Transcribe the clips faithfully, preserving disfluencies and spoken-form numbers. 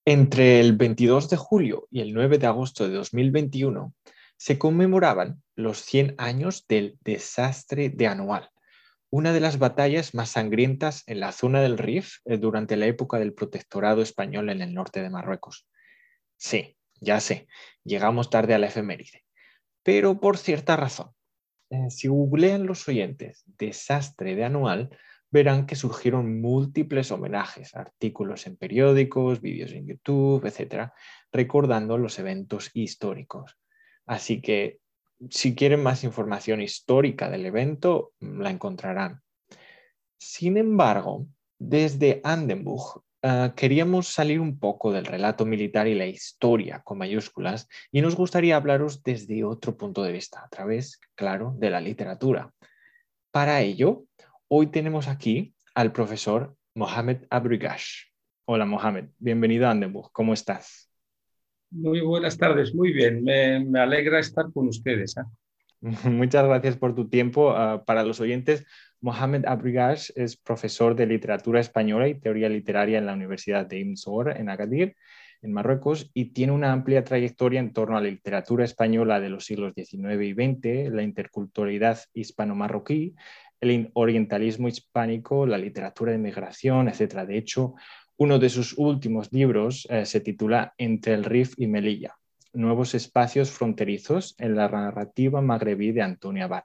Entre el veintidós de julio y el nueve de agosto de dos mil veintiuno se conmemoraban los cien años del desastre de Anual, una de las batallas más sangrientas en la zona del Rif eh, durante la época del protectorado español en el norte de Marruecos. Sí, ya sé, llegamos tarde a la efeméride, pero por cierta razón. Eh, si googlean los oyentes desastre de Anual, verán que surgieron múltiples homenajes, artículos en periódicos, vídeos en YouTube, etcétera, recordando los eventos históricos. Así que si quieren más información histórica del evento, la encontrarán. Sin embargo, desde Andenbuch uh, queríamos salir un poco del relato militar y la historia con mayúsculas y nos gustaría hablaros desde otro punto de vista, a través, claro, de la literatura. Para ello, hoy tenemos aquí al profesor Mohamed Abrigash. Hola Mohamed, bienvenido a Andenbuch, ¿cómo estás? Muy buenas tardes, muy bien. Me, me alegra estar con ustedes, ¿eh? Muchas gracias por tu tiempo. Uh, para los oyentes, Mohamed Abrigash es profesor de literatura española y teoría literaria en la Universidad de Ibn Saud en Agadir, en Marruecos, y tiene una amplia trayectoria en torno a la literatura española de los siglos diecinueve y veinte, la interculturalidad hispano-marroquí, el orientalismo hispánico, la literatura de migración, etcétera. De hecho, uno de sus últimos libros eh, se titula Entre el Rif y Melilla: Nuevos espacios fronterizos en la narrativa magrebí de Antonio Abad.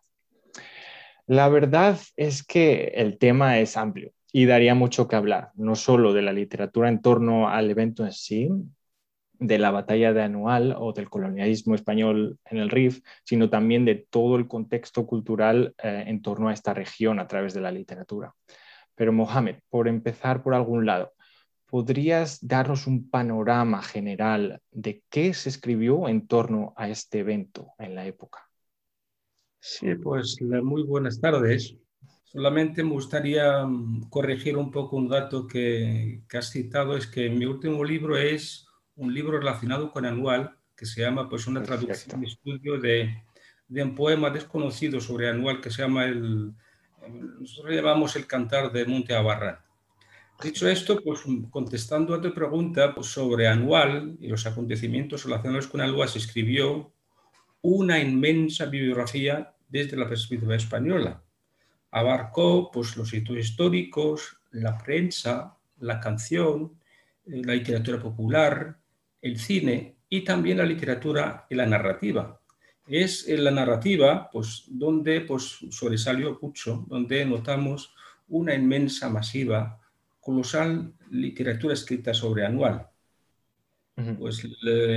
La verdad es que el tema es amplio y daría mucho que hablar, no solo de la literatura en torno al evento en sí, de la batalla de Anual o del colonialismo español en el Rif, sino también de todo el contexto cultural eh, en torno a esta región a través de la literatura. Pero Mohamed, por empezar por algún lado, ¿podrías darnos un panorama general de qué se escribió en torno a este evento en la época? Sí, pues muy buenas tardes. Solamente me gustaría mm, corregir un poco un dato que, que has citado, es que mi último libro es un libro relacionado con Anual, que se llama pues una traducción Perfecto. de estudio de, de un poema desconocido sobre Anual que se llama el, nosotros le llamamos el Cantar de Monte Abarrán. Dicho Genial. esto, pues contestando a tu pregunta pues, sobre Anual y los acontecimientos relacionados con Anual, se escribió una inmensa bibliografía desde la perspectiva española. Abarcó pues, los hechos históricos, la prensa, la canción, eh, la literatura popular, el cine y también la literatura y la narrativa. Es en la narrativa pues, donde pues, sobresalió mucho, donde notamos una inmensa, masiva, colosal literatura escrita sobre Anual. Ujú. Pues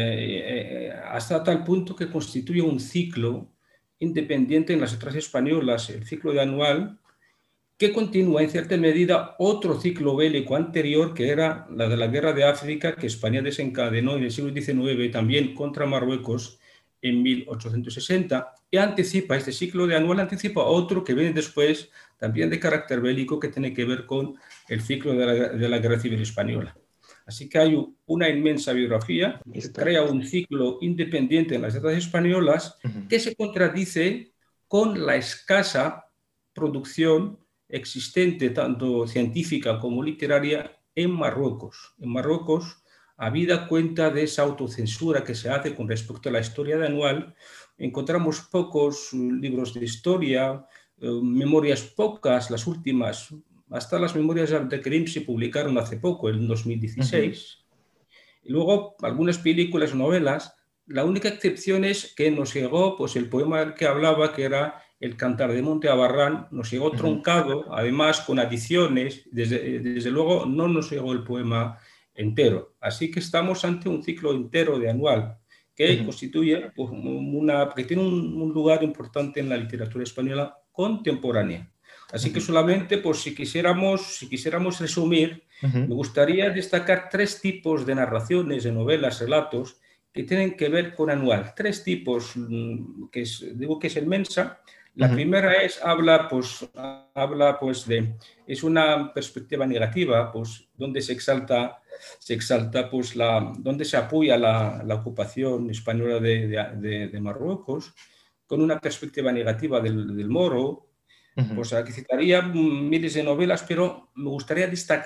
eh, hasta tal punto que constituye un ciclo independiente en las letras españolas, el ciclo de Anual, que continúa en cierta medida otro ciclo bélico anterior, que era la de la Guerra de África, que España desencadenó en el siglo diecinueve también contra Marruecos en mil ochocientos sesenta, y anticipa, este ciclo de Anual anticipa otro que viene después, también de carácter bélico, que tiene que ver con el ciclo de la, de la Guerra Civil Española. Así que hay una inmensa biografía que crea Histórico. un ciclo independiente en las letras españolas Ujú. que se contradice con la escasa producción existente, tanto científica como literaria, en Marruecos. En Marruecos, habida cuenta de esa autocensura que se hace con respecto a la historia de Anual, encontramos pocos libros de historia, eh, memorias pocas, las últimas, hasta las memorias de Abdelkrim se publicaron hace poco, en dos mil Ujú. dieciséis. Y luego, algunas películas o novelas. La única excepción es que nos llegó pues, el poema que hablaba, que era El Cantar de Monte Abarrán, nos llegó Ujú. truncado, además con adiciones. Desde, desde luego, no nos llegó el poema entero. Así que estamos ante un ciclo entero de Anual, que Ujú. constituye pues, una, que tiene un, un lugar importante en la literatura española contemporánea. Así que Ujú. solamente, pues, si quisiéramos, si quisiéramos resumir, me Ujú. gustaría destacar tres tipos de narraciones, de novelas, relatos, que tienen que ver con Anual. Tres tipos, que es, digo que es inmensa. La Ujú. primera es, habla, pues, habla, pues, de, es una perspectiva negativa, pues, donde se exalta, se exalta, pues, la, donde se apoya la, la ocupación española de, de, de, Marruecos, con una perspectiva negativa del, del moro. Ujú. Pues aquí citaría miles de novelas, pero me gustaría destacar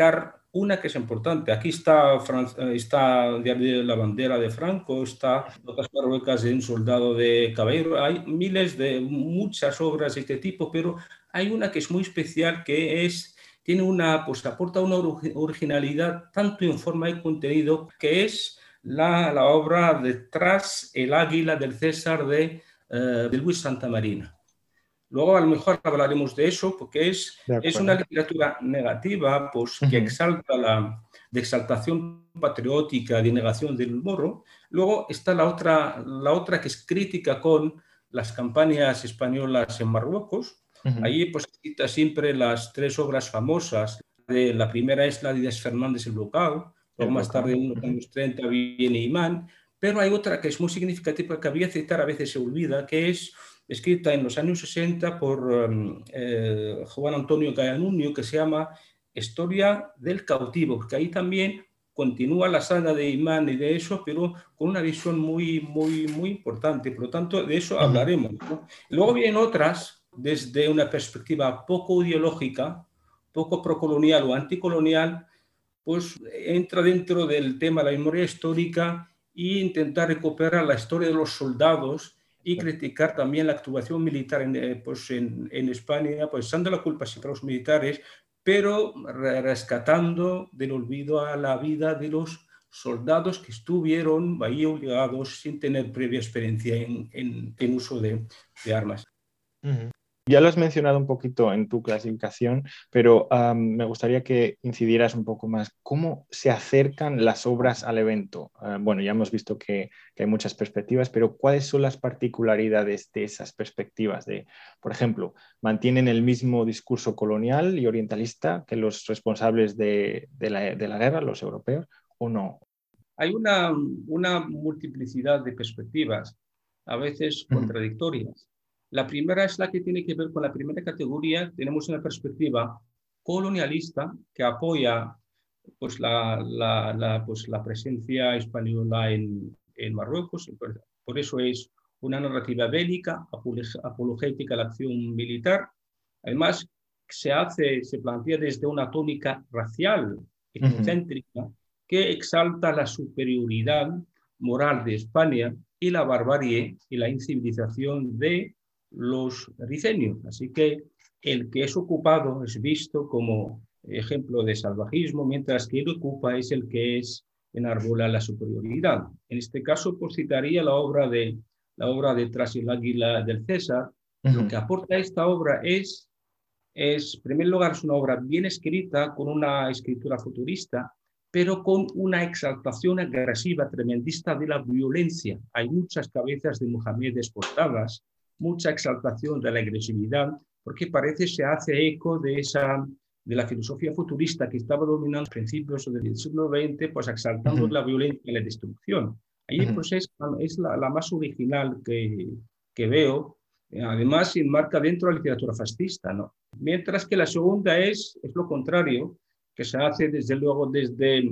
una que es importante. Aquí está, está la bandera de Franco, está Notas Marruecas de un soldado de caballero. Hay miles de, muchas obras de este tipo, pero hay una que es muy especial, que es, tiene una, pues aporta una originalidad tanto en forma y contenido, que es la, la obra de Tras el águila del César de, uh, de Luis Santamarina. Luego a lo mejor hablaremos de eso, porque es, es una literatura negativa, pues, que uh-huh. exalta la de exaltación patriótica, de negación del morro. Luego está la otra, la otra que es crítica con las campañas españolas en Marruecos. Uh-huh. Ahí pues cita siempre las tres obras famosas. De, la primera es la de Díaz Fernández, El Brocal. Luego más tarde, en los años treinta, viene Imán. Pero hay otra que es muy significativa, que había citar, a veces se olvida, que es escrita en los años sesenta por um, eh, Juan Antonio Gallanunio, que se llama Historia del cautivo, porque ahí también continúa la saga de Imán y de eso, pero con una visión muy, muy, muy importante. Por lo tanto, de eso hablaremos, ¿no? Luego vienen otras desde una perspectiva poco ideológica, poco procolonial o anticolonial, pues entra dentro del tema de la memoria histórica e intentar recuperar la historia de los soldados y criticar también la actuación militar en, pues en, en España, pues dando la culpa siempre a los militares, pero rescatando del olvido a la vida de los soldados que estuvieron ahí obligados sin tener previa experiencia en, en, en uso de, de armas. Uh-huh. Ya lo has mencionado un poquito en tu clasificación, pero um, me gustaría que incidieras un poco más. ¿Cómo se acercan las obras al evento? Uh, bueno, ya hemos visto que, que hay muchas perspectivas, pero ¿cuáles son las particularidades de esas perspectivas? De, por ejemplo, ¿mantienen el mismo discurso colonial y orientalista que los responsables de, de, la, de la guerra, los europeos, o no? Hay una, una multiplicidad de perspectivas, a veces contradictorias. Uh-huh. La primera es la que tiene que ver con la primera categoría. Tenemos una perspectiva colonialista que apoya pues, la, la, la, pues, la presencia española en, en Marruecos. Por eso es una narrativa bélica, apologética a la acción militar. Además, se, hace, se plantea desde una tónica racial, etnocéntrica, uh-huh. que exalta la superioridad moral de España y la barbarie y la incivilización de los rifeños. Así que el que es ocupado es visto como ejemplo de salvajismo, mientras que el ocupa es el que es enarbola la superioridad. En este caso, pues citaría la obra de la obra de Tras el águila del César. Uh-huh. Lo que aporta esta obra es, es, en primer lugar, es una obra bien escrita, con una escritura futurista, pero con una exaltación agresiva, tremendista de la violencia. Hay muchas cabezas de Mohamed exportadas, mucha exaltación de la agresividad, porque parece se hace eco de, esa, de la filosofía futurista que estaba dominando a principios del siglo veinte, pues exaltando uh-huh. la violencia y la destrucción. Ahí uh-huh. pues es, es la, la más original que, que veo, además se enmarca dentro de la literatura fascista, ¿no? Mientras que la segunda es, es lo contrario, que se hace desde luego desde,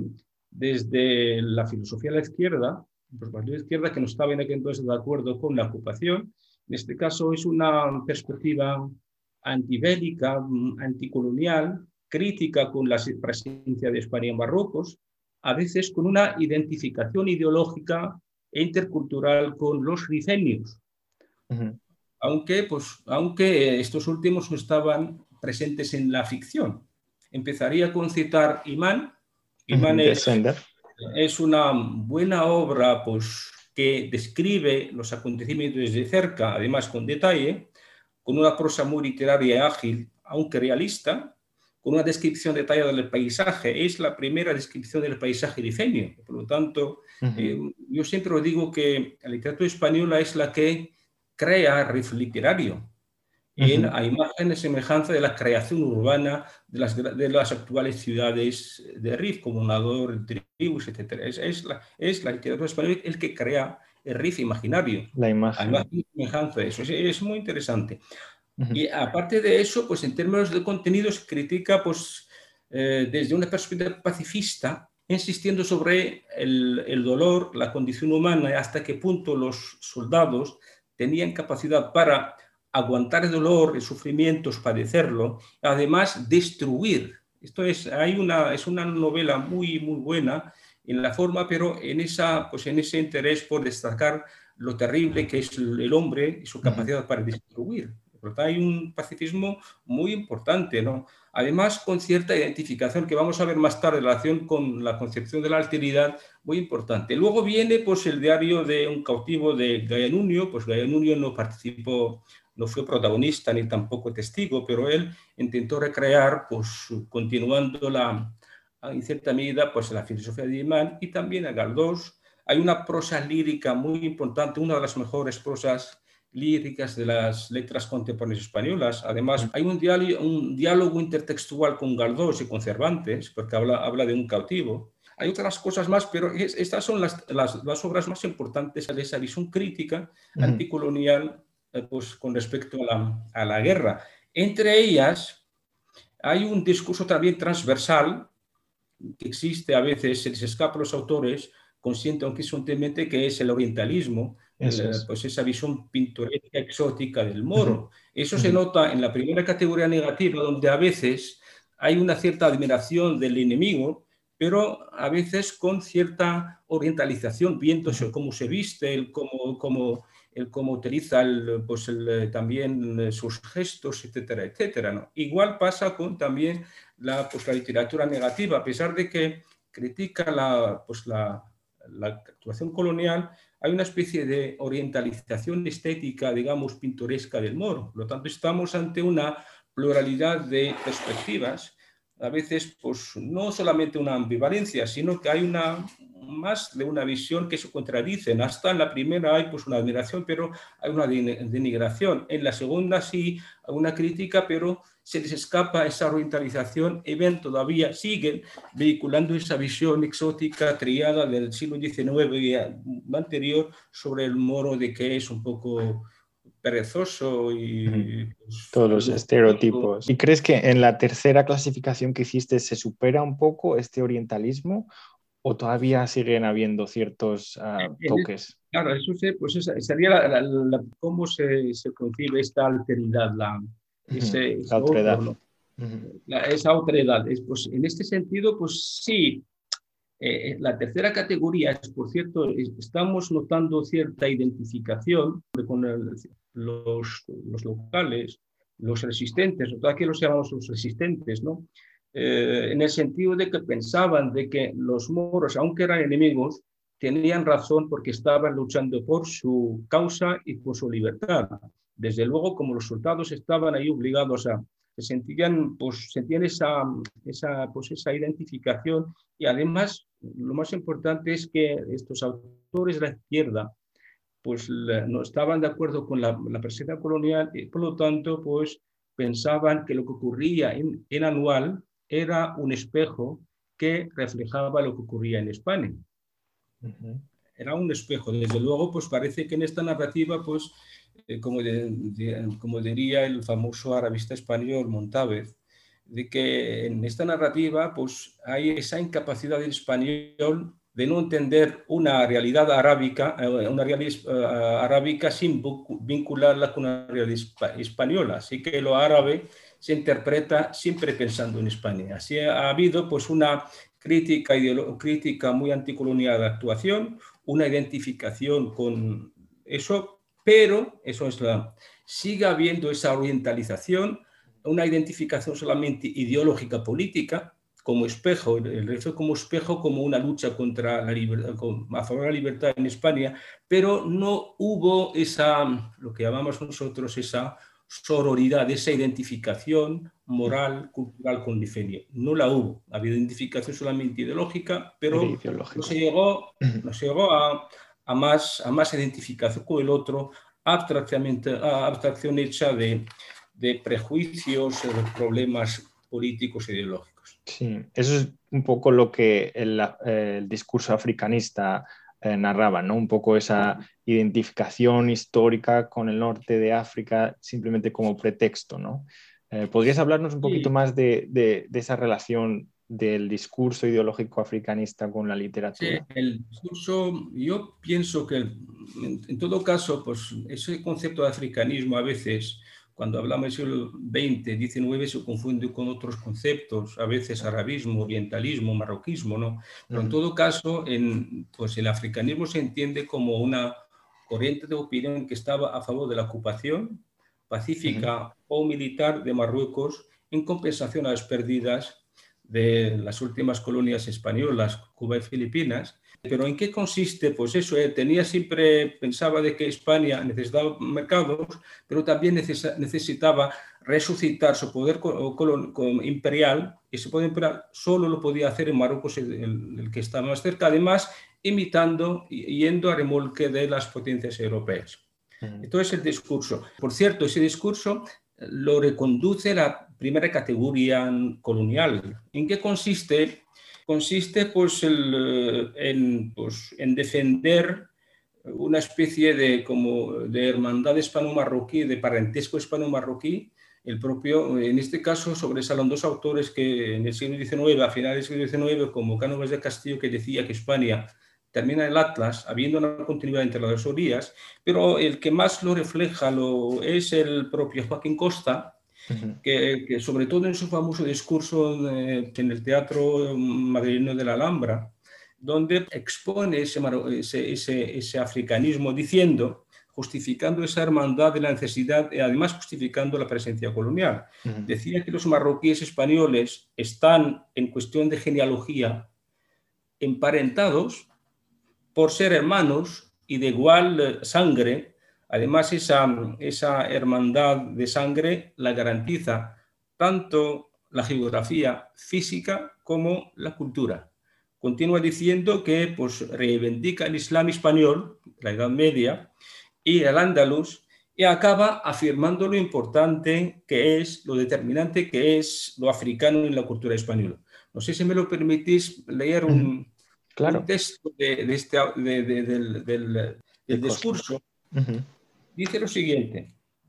desde la filosofía de la izquierda, pues la izquierda que no estaba en aquel entonces de acuerdo con la ocupación. En este caso es una perspectiva antibélica, anticolonial, crítica con la presencia de España en Marruecos, a veces con una identificación ideológica e intercultural con los rifeños. Uh-huh. Aunque, pues, aunque estos últimos no estaban presentes en la ficción. Empezaría con citar Imán. Imán uh-huh. es, es una buena obra, pues, que describe los acontecimientos desde cerca, además con detalle, con una prosa muy literaria y ágil, aunque realista, con una descripción detallada del paisaje. Es la primera descripción del paisaje rifeño. Por lo tanto, uh-huh. eh, yo siempre os digo que la literatura española es la que crea riff literario, en, uh-huh. a imagen de semejanza de la creación urbana de las, de las actuales ciudades de riff, como Nador, tribus, etcétera. Es, es, la, es la literatura española el que crea el riff imaginario. La imagen. A imagen de semejanza de eso. Es, es muy interesante. Uh-huh. Y aparte de eso, pues en términos de contenidos, critica pues, eh, desde una perspectiva pacifista, insistiendo sobre el, el dolor, la condición humana, hasta qué punto los soldados tenían capacidad para aguantar el dolor, el sufrimiento, padecerlo, además destruir Esto es, hay una, es una novela muy, muy buena en la forma, pero en, esa, pues en ese interés por destacar lo terrible que es el hombre y su capacidad uh-huh. para destruir. Por tanto, hay un pacifismo muy importante, ¿no? Además, con cierta identificación, que vamos a ver más tarde en relación con la concepción de la alteridad, muy importante. Luego viene pues, el diario de un cautivo de Gaya Nunio, pues Gaya Nunio no participó, no fue protagonista ni tampoco testigo, pero él intentó recrear, pues, continuando la, en cierta medida, pues, la filosofía de Imán y también a Galdós. Hay una prosa lírica muy importante, una de las mejores prosas líricas de las letras contemporáneas españolas. Además, hay un diálogo, un diálogo intertextual con Galdós y con Cervantes, porque habla, habla de un cautivo. Hay otras cosas más, pero es, estas son las, las, las obras más importantes de esa visión crítica uh-huh. anticolonial eh, pues, con respecto a la, a la guerra. Entre ellas, hay un discurso también transversal que existe a veces, se les escapa a los autores, consciente aunque conscientemente, que es el orientalismo, el, es. pues esa visión pintoresca, exótica del moro. Uh-huh. Eso uh-huh. se nota en la primera categoría negativa, donde a veces hay una cierta admiración del enemigo, pero a veces con cierta orientalización, viendo uh-huh. cómo se viste, el cómo, cómo, el cómo utiliza el, pues el, también sus gestos, etcétera, etcétera, ¿no? Igual pasa con también la, pues, la literatura negativa, a pesar de que critica la, pues, la, la actuación colonial, hay una especie de orientalización estética, digamos, pintoresca del moro. Por lo tanto, estamos ante una pluralidad de perspectivas, a veces, pues, no solamente una ambivalencia, sino que hay una, más de una visión que se contradicen. Hasta en la primera hay pues, una admiración, pero hay una denigración. En la segunda sí hay una crítica, pero se les escapa esa orientalización y ven todavía, siguen vehiculando esa visión exótica, triada del siglo diecinueve y anterior sobre el moro, de que es un poco perezoso y... Pues, todos los estereotipos. ¿Y crees que en la tercera clasificación que hiciste se supera un poco este orientalismo o todavía siguen habiendo ciertos uh, toques? Claro, eso sí, pues esa, sería la, la, la, cómo se, se concibe esta alteridad, la, ese, la otredad. Otro, ¿no? uh-huh. la, esa otredad. Es, pues, en este sentido, pues sí, eh, la tercera categoría es, por cierto, es, estamos notando cierta identificación con el, los, los locales, los resistentes, aquí los llamamos los resistentes, ¿no? Eh, en el sentido de que pensaban de que los moros, aunque eran enemigos, tenían razón porque estaban luchando por su causa y por su libertad. Desde luego, como los soldados estaban ahí obligados a, se sentían, pues, sentían esa, esa, pues, esa identificación, y además, lo más importante es que estos autores de la izquierda, pues, la, no estaban de acuerdo con la, la persecución colonial y, por lo tanto, pues, pensaban que lo que ocurría en, en Anual era un espejo que reflejaba lo que ocurría en España. Uh-huh. Era un espejo. Desde luego, pues parece que en esta narrativa, pues, eh, como, de, de, como diría el famoso arabista español Montávez, de que en esta narrativa, pues, hay esa incapacidad del español de no entender una realidad arábica, una realidad uh, arábica sin vincularla con una realidad española. Así que lo árabe se interpreta siempre pensando en España. Así ha habido, pues, una crítica, crítica muy anticolonial de actuación, una identificación con eso, pero eso es la, sigue habiendo esa orientalización, una identificación solamente ideológica política, como espejo, el resto como espejo, como una lucha contra la libertad, a favor de la libertad en España, pero no hubo esa, lo que llamamos nosotros, esa sororidad, esa identificación moral, cultural con Nifenia. No la hubo. Había identificación solamente ideológica, pero no se llegó, no se llegó a, a, más, a más identificación con el otro, a abstracción hecha de, de prejuicios, de problemas políticos e ideológicos. Sí, eso es un poco lo que el, el discurso africanista eh, narraba, ¿no? Un poco esa identificación histórica con el norte de África simplemente como pretexto, ¿no? Eh, ¿podrías hablarnos un poquito sí. más de, de, de esa relación del discurso ideológico africanista con la literatura? Sí, el discurso, yo pienso que en, en todo caso, pues ese concepto de africanismo a veces cuando hablamos del siglo veinte, diecinueve se confunde con otros conceptos, a veces arabismo, orientalismo, marroquismo, ¿no? Pero en Ujú, todo caso, en, pues el africanismo se entiende como una corriente de opinión que estaba a favor de la ocupación ujú, pacífica o militar de Marruecos en compensación a las pérdidas de las últimas colonias españolas, Cuba y Filipinas. Pero ¿en qué consiste? Pues eso, eh, tenía siempre, pensaba de que España necesitaba mercados, pero también necesitaba resucitar su poder imperial, y ese poder imperial solo lo podía hacer en Marruecos, el, el que está más cerca, además imitando y yendo a remolque de las potencias europeas. ujú. Entonces el discurso, por cierto, ese discurso lo reconduce la primera categoría colonial. ¿En qué consiste? Consiste pues, el, en, pues, en defender una especie de, como de hermandad hispano-marroquí, de parentesco hispano-marroquí. El propio, en este caso, sobresalen dos autores que en el siglo diecinueve, a finales del siglo diecinueve, como Cánovas de Castillo, que decía que España termina el Atlas, habiendo una continuidad entre las dos orillas, pero el que más lo refleja lo, es el propio Joaquín Costa, Ujú, que, que sobre todo en su famoso discurso de, en el Teatro Madrileño de la Alhambra, donde expone ese, ese, ese, ese africanismo diciendo, justificando esa hermandad de la necesidad y además justificando la presencia colonial. ujú, Decía que los marroquíes españoles están en cuestión de genealogía emparentados por ser hermanos y de igual sangre. Además, esa, esa hermandad de sangre la garantiza tanto la geografía física como la cultura. Continúa diciendo que pues, reivindica el Islam español, la Edad Media, y el andaluz, y acaba afirmando lo importante que es, lo determinante que es lo africano en la cultura española. No sé si me lo permitís leer ujú. un, un Claro, texto de, de este, de, de, del, del, de del Costa. discurso. Ujú, Dice lo siguiente: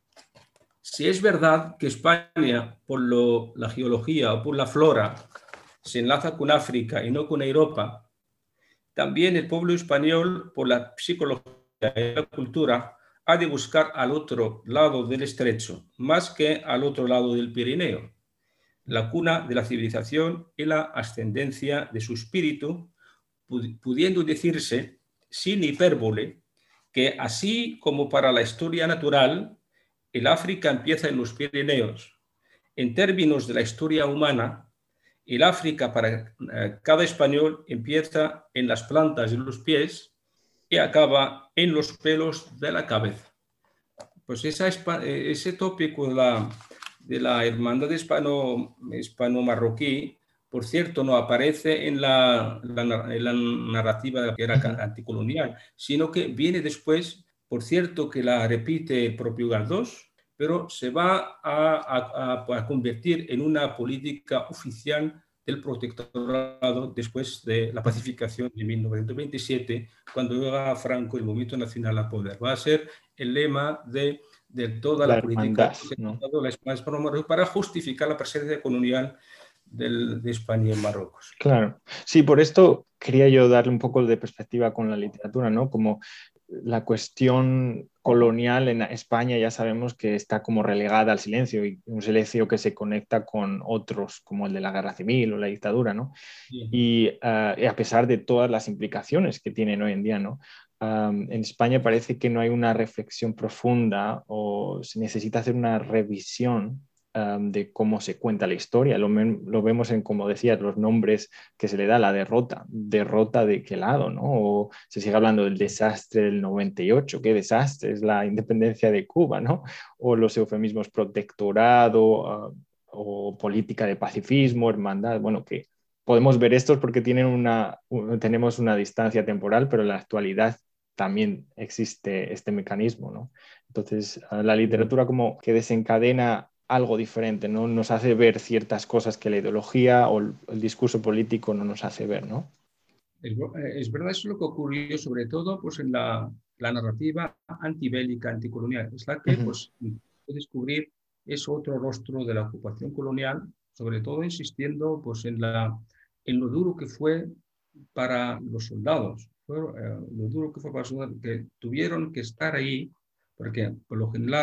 si es verdad que España, por lo, la geología o por la flora, se enlaza con África y no con Europa, también el pueblo español, por la psicología y la cultura, ha de buscar al otro lado del estrecho, más que al otro lado del Pirineo, la cuna de la civilización y la ascendencia de su espíritu, pudiendo decirse, sin hipérbole, que así como para la historia natural, el África empieza en los Pirineos. En términos de la historia humana, el África para cada español empieza en las plantas de los pies y acaba en los pelos de la cabeza. Pues esa, ese tópico de la, de la hermandad hispano, hispano-marroquí, por cierto, no aparece en la, la, en la narrativa que era ujú. anticolonial, sino que viene después, por cierto, que la repite el propio Galdós, pero se va a, a, a convertir en una política oficial del protectorado después de la Ujú. pacificación de mil novecientos veintisiete, cuando llega Franco el movimiento nacional al poder. Va a ser el lema de, de toda La la política hermandad, ¿no? de la España para justificar la presencia colonial del, de España en Marruecos. Claro. Sí, por esto quería yo darle un poco de perspectiva con la literatura, ¿no? Como la cuestión colonial en España ya sabemos que está como relegada al silencio y un silencio que se conecta con otros, como el de la guerra civil o la dictadura, ¿no? Sí. Y, uh, y a pesar de todas las implicaciones que tienen hoy en día, ¿no? Um, en España parece que no hay una reflexión profunda o se necesita hacer una revisión um, de cómo se cuenta la historia. Lo, lo, vemos en, como decías, los nombres que se le da a la derrota. ¿Derrota de qué lado? ¿No? O se sigue hablando del desastre del noventa y ocho. ¿Qué desastre? Es la independencia de Cuba, ¿no? O los eufemismos protectorado uh, o política de pacifismo, hermandad. Bueno, que podemos ver estos porque tienen una, tenemos una distancia temporal, pero en la actualidad también existe este mecanismo, ¿no? Entonces, la literatura como que desencadena algo diferente, ¿no? Nos hace ver ciertas cosas que la ideología o el, el discurso político no nos hace ver, ¿no? Es, es verdad, eso es lo que ocurrió sobre todo pues, en la, la narrativa antibélica, anticolonial. Es la que Uh-huh. pues, puede descubrir ese otro rostro de la ocupación colonial, sobre todo insistiendo pues, en, la, en lo duro que fue para los soldados, fue, eh, lo duro que fue para los soldados, que tuvieron que estar ahí, porque por lo general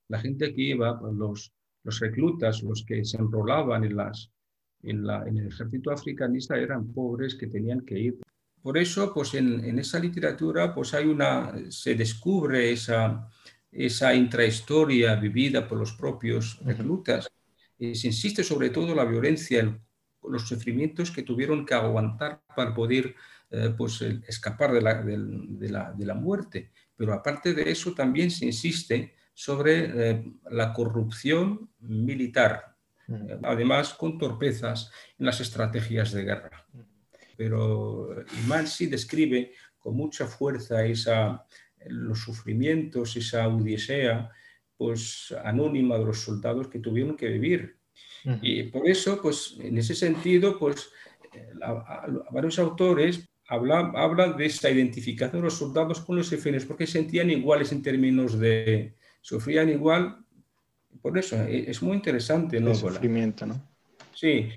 La gente que iba, pues los, los reclutas, los que se enrolaban en, las, en, la, en el ejército africanista, eran pobres que tenían que ir. Por eso, pues en, en esa literatura, pues hay una, se descubre esa, esa intrahistoria vivida por los propios reclutas. Y se insiste sobre todo en la violencia, el, los sufrimientos que tuvieron que aguantar para poder eh, pues, el, escapar de la, de, de, la, de la muerte. Pero aparte de eso, también se insiste sobre eh, la corrupción militar, eh, además con torpezas en las estrategias de guerra. Pero Imán sí describe con mucha fuerza esa, los sufrimientos, esa odisea pues, anónima de los soldados que tuvieron que vivir. Uh-huh. Y por eso, pues, en ese sentido, pues, a, a, a varios autores hablan, hablan de esa identificación de los soldados con los efenios, porque sentían iguales en términos de... sufrían igual. Por eso, es muy interesante, ¿no? El sufrimiento, ¿no? Sí.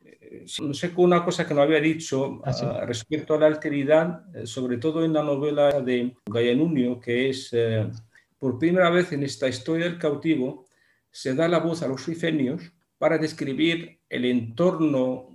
No sé, una cosa que no había dicho ¿Ah, sí? uh, respecto a la alteridad, sobre todo en la novela de Gallanunio, que es, eh, por primera vez en esta historia del cautivo, se da la voz a los rifenios para describir el entorno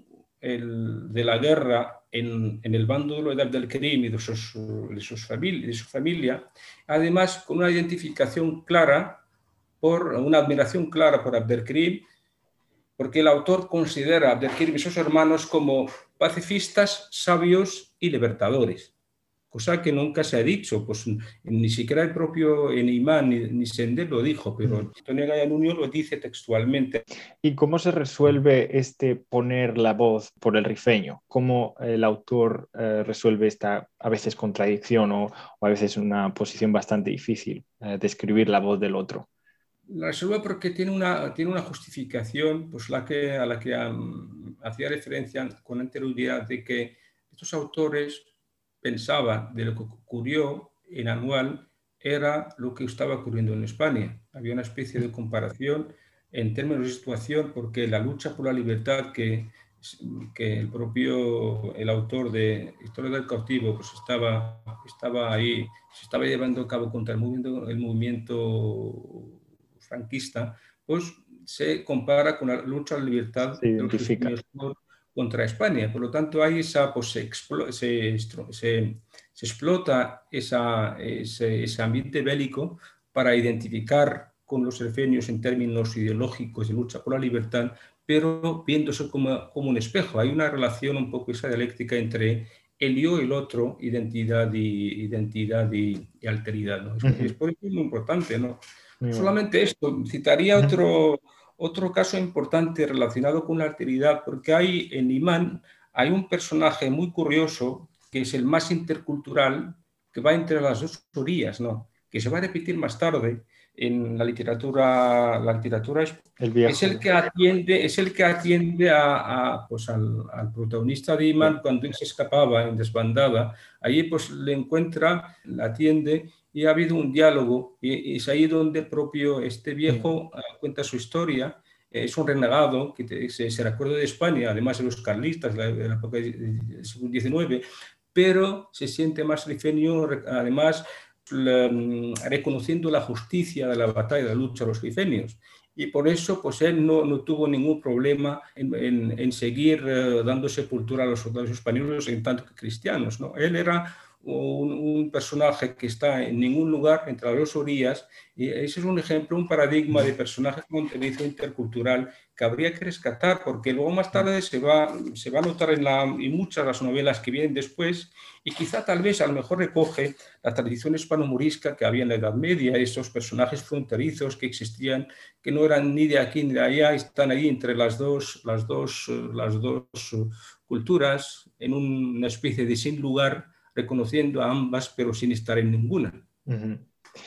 el, de la guerra en, en el bando de Abdelkrim y de, sus, de, sus familia, de su familia, además con una identificación clara, por una admiración clara por Abdelkrim, porque el autor considera a Abdelkrim y sus hermanos como pacifistas, sabios y libertadores, cosa que nunca se ha dicho, pues ni siquiera el propio Imán ni, ni Sender lo dijo, pero mm. Antonio Gallanunio lo dice textualmente. ¿Y cómo se resuelve este poner la voz por el rifeño? ¿Cómo el autor eh, resuelve esta a veces contradicción o, o a veces una posición bastante difícil eh, de escribir la voz del otro? La resuelve porque tiene una, tiene una justificación, pues la que, a la que um, hacía referencia con anterioridad, de que estos autores pensaban de lo que ocurrió en Anual era lo que estaba ocurriendo en España. Había una especie de comparación en términos de situación, porque la lucha por la libertad que, que el propio el autor de Historia del Cautivo pues estaba, estaba ahí, se estaba llevando a cabo contra el movimiento, el movimiento franquista, pues se compara con la lucha a la libertad se de los rifeños contra España. Por lo tanto, hay esa, pues, se, se, se, se explota esa, ese, ese ambiente bélico para identificar con los rifeños en términos ideológicos de lucha por la libertad, pero viéndose como, como un espejo. Hay una relación un poco esa dialéctica entre el yo y el otro, identidad y, identidad y, y alteridad, ¿no? Es, uh-huh. es por eso muy importante, ¿no? Muy Solamente bueno. Esto, citaría uh-huh. otro, otro caso importante relacionado con la alteridad, porque hay en Imán hay un personaje muy curioso que es el más intercultural, que va entre las dos orillas, ¿no? Que se va a repetir más tarde en la literatura, la literatura el viejo, es el que atiende, es el que atiende a, a, pues al, al protagonista de Imán, sí. Cuando él se escapaba en desbandada. Allí pues le encuentra, la atiende y ha habido un diálogo y, y es ahí donde el propio este viejo sí. cuenta su historia. Es un renegado que te, se, se recuerda de España, además de los carlistas de la, de la época del siglo diecinueve, pero se siente más rifeño, además la, reconociendo la justicia de la batalla, de la lucha de los rifenios. Y por eso pues él no, no tuvo ningún problema en, en, en seguir eh, dando sepultura a los soldados españoles en tanto que cristianos, ¿no? Él era un, un personaje que está en ningún lugar entre las dos orillas, y ese es un ejemplo, un paradigma de personaje fronterizo intercultural que habría que rescatar, porque luego más tarde se va, se va a notar en, la, en muchas de las novelas que vienen después, y quizá tal vez a lo mejor recoge la tradición hispano-morisca que había en la Edad Media, esos personajes fronterizos que existían, que no eran ni de aquí ni de allá, están ahí entre las dos, las dos, las dos culturas, en una especie de sin lugar, reconociendo a ambas, pero sin estar en ninguna. Uh-huh.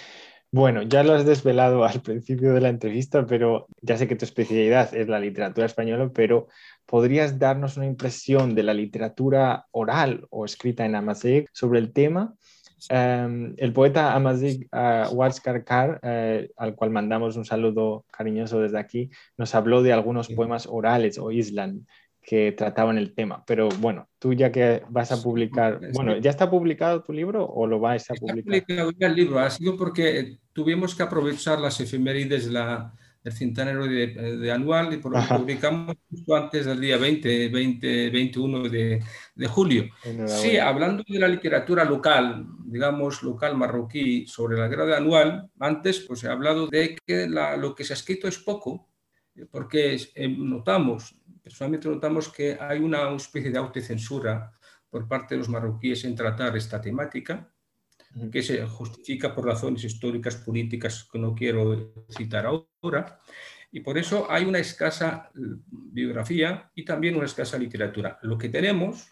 Bueno, ya lo has desvelado al principio de la entrevista, pero ya sé que tu especialidad es la literatura española, pero ¿podrías darnos una impresión de la literatura oral o escrita en amazigh sobre el tema? Um, el poeta amazigh uh, Wats Karkar, uh, al cual mandamos un saludo cariñoso desde aquí, nos habló de algunos poemas orales o islan que trataban el tema, pero bueno, tú ya que vas a publicar, bueno, ¿ya está publicado tu libro o lo vais a está publicar? Está publicado ya el libro, ha sido porque tuvimos que aprovechar las efemérides de la, del centenario de, de Anual y por lo que publicamos justo antes del día veinte, veinte, veintiuno de, de julio. Sí, hablando de la literatura local, digamos local marroquí, sobre la guerra de Anual, antes pues he hablado de que la, lo que se ha escrito es poco, porque eh, notamos, personalmente notamos que hay una especie de autocensura por parte de los marroquíes en tratar esta temática, que se justifica por razones históricas, políticas que no quiero citar ahora, y por eso hay una escasa biografía y también una escasa literatura. Lo que tenemos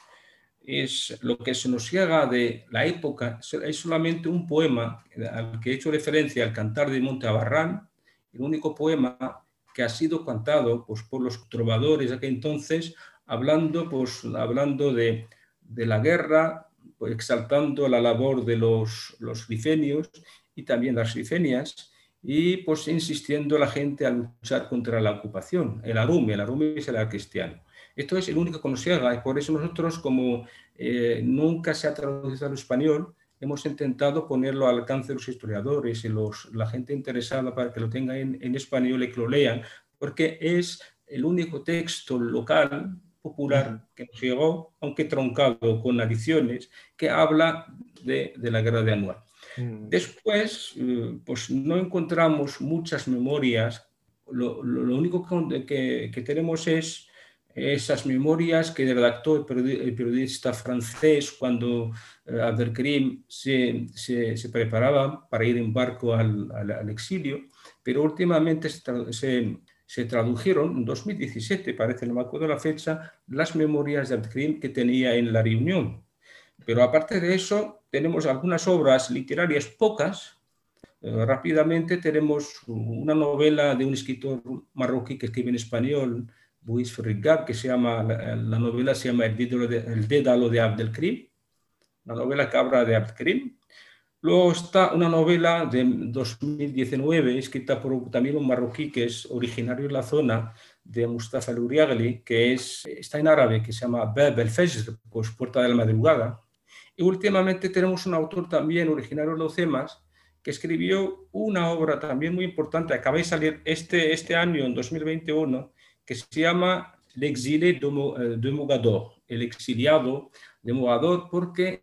es lo que se nos llega de la época, es solamente un poema al que he hecho referencia, al Cantar de Monte Abarrán, el único poema que ha sido cantado pues, por los trovadores de aquel entonces, hablando, pues, hablando de, de la guerra, pues, exaltando la labor de los, los rifenios y también las rifenias, y pues insistiendo a la gente a luchar contra la ocupación, el arume, el arume será cristiano. Esto es el único que nos llega y por eso nosotros, como eh, nunca se ha traducido al español, hemos intentado ponerlo al alcance de los historiadores y los, la gente interesada para que lo tengan en, en español y que lo lean, porque es el único texto local, popular, uh-huh. que nos llegó, aunque troncado con adiciones, que habla de, de la guerra de Anual. Uh-huh. Después, eh, pues no encontramos muchas memorias, lo, lo, lo único que, que tenemos es esas memorias que redactó el periodista francés cuando eh, Abdelkrim se, se, se preparaba para ir en barco al, al, al exilio, pero últimamente se, se, se tradujeron en dos mil diecisiete, parece, no me acuerdo la fecha, las memorias de Abdelkrim que tenía en La Reunión. Pero aparte de eso, tenemos algunas obras literarias, pocas. Eh, rápidamente tenemos una novela de un escritor marroquí que escribe en español, Bouis Ferrigab, que se llama, la, la novela se llama El Dédalo de, El Dédalo de Abdelkrim, la novela que habla de Abdelkrim. Luego está una novela de dos mil diecinueve, escrita por también un marroquí que es originario de la zona, de Mustafa El-Uriagli, que es, está en árabe, que se llama Bab el-Fajr, pues Puerta de la Madrugada. Y últimamente tenemos un autor también originario de los Cemas, que escribió una obra también muy importante, acaba de salir este, este año, en dos mil veintiuno, que se llama L'exilé de Mogador, el exiliado de Mogador, porque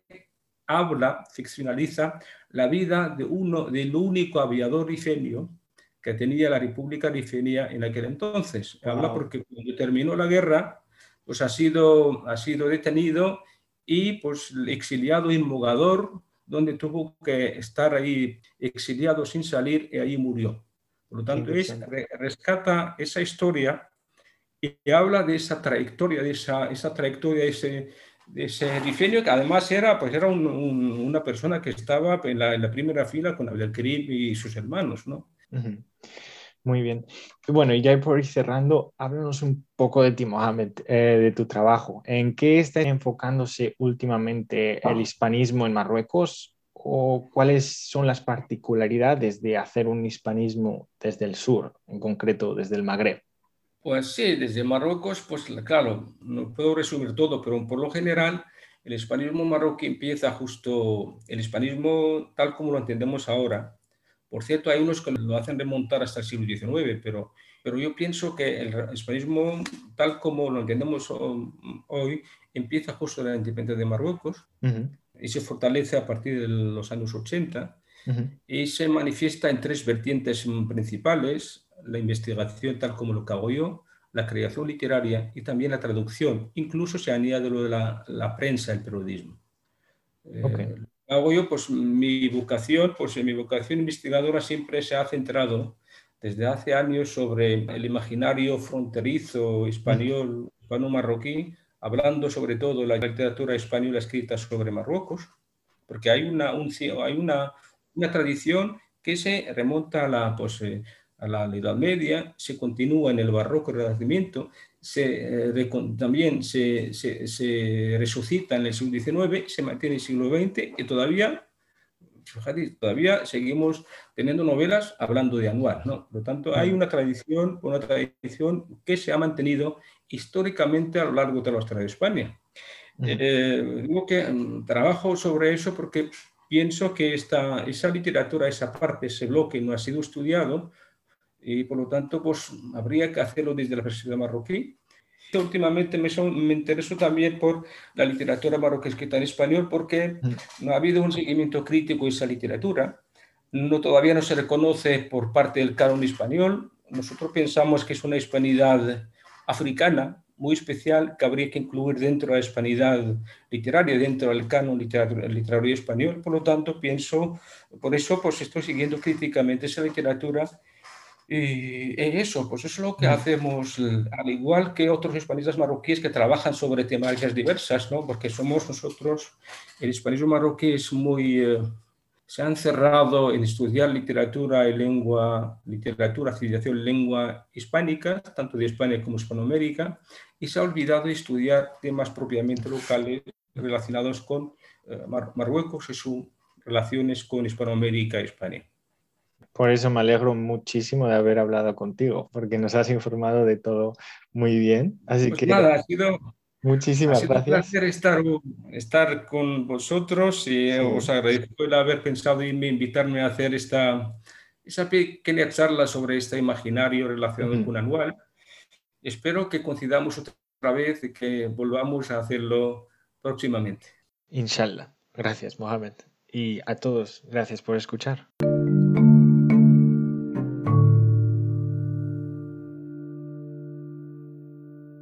habla, ficcionaliza la vida de uno, del único aviador rifenio que tenía la República Rifenia en aquel entonces. Wow. Habla porque cuando terminó la guerra, pues ha sido, ha sido detenido y pues exiliado en Mogador, donde tuvo que estar ahí exiliado sin salir y ahí murió. Por lo tanto, es, rescata esa historia y habla de esa trayectoria, de esa, esa trayectoria, de ese, de ese rifenio que además era, pues era un, un, una persona que estaba en la, en la primera fila con Abdelkrim y sus hermanos, ¿no? Uh-huh. Muy bien. Bueno, y ya por ir cerrando, háblanos un poco de ti, Mohamed, eh, de tu trabajo. ¿En qué está enfocándose últimamente el hispanismo en Marruecos? ¿O cuáles son las particularidades de hacer un hispanismo desde el sur, en concreto desde el Magreb? Pues sí, desde Marruecos, pues claro, no puedo resumir todo, pero por lo general el hispanismo marroquí empieza justo, el hispanismo tal como lo entendemos ahora. Por cierto, hay unos que lo hacen remontar hasta el siglo diecinueve, pero, pero yo pienso que el hispanismo tal como lo entendemos hoy empieza justo en la independencia de Marruecos uh-huh. y se fortalece a partir de los años ochenta uh-huh. y se manifiesta en tres vertientes principales: la investigación tal como lo que hago yo, la creación literaria y también la traducción. Incluso se añade lo de la, la prensa, el periodismo. Okay. Eh, hago yo, pues mi vocación, pues mi vocación investigadora siempre se ha centrado desde hace años sobre el imaginario fronterizo español, mm. hispano-marroquí, hablando sobre todo de la literatura española escrita sobre Marruecos, porque hay una, un, hay una, una tradición que se remonta a la, pues, eh, a la Edad Media, se continúa en el Barroco y el Renacimiento, se, eh, también se, se, se resucita en el siglo diecinueve, se mantiene en el siglo veinte y todavía, fíjate, todavía seguimos teniendo novelas hablando de Anual, ¿no? Por lo tanto, hay una tradición, una tradición que se ha mantenido históricamente a lo largo de la historia de España. Uh-huh. Eh, digo que um, trabajo sobre eso porque pienso que esta, esa literatura, esa parte, ese bloque no ha sido estudiado y por lo tanto pues, habría que hacerlo desde la perspectiva marroquí. Últimamente me, son, me intereso también por la literatura marroquí escrita en español porque Mm. no ha habido un seguimiento crítico de esa literatura. No, todavía no se reconoce por parte del canon español. Nosotros pensamos que es una hispanidad africana muy especial que habría que incluir dentro de la hispanidad literaria, dentro del canon literario, literario español. Por lo tanto, pienso, por eso pues estoy siguiendo críticamente esa literatura. Y eso, pues eso es lo que Mm. hacemos, al igual que otros hispanistas marroquíes que trabajan sobre temáticas diversas, ¿no? Porque somos nosotros, el hispanismo marroquí es muy, eh, se han cerrado en estudiar literatura y lengua, literatura, civilización, lengua hispánica, tanto de España como Hispanoamérica, y se ha olvidado de estudiar temas propiamente locales relacionados con eh, Mar Marruecos y sus relaciones con Hispanoamérica y España. Por eso me alegro muchísimo de haber hablado contigo, porque nos has informado de todo muy bien. Así Pues que nada, ha sido, ha muchísimas sido un gracias. placer estar, estar con vosotros y os Sí. agradezco el haber pensado y invitarme a hacer esta, esa pequeña charla sobre este imaginario relacionado Ujú. con Anual. Espero que coincidamos otra vez y que volvamos a hacerlo próximamente. Inshallah. Gracias, Mohamed. Y a todos, gracias por escuchar.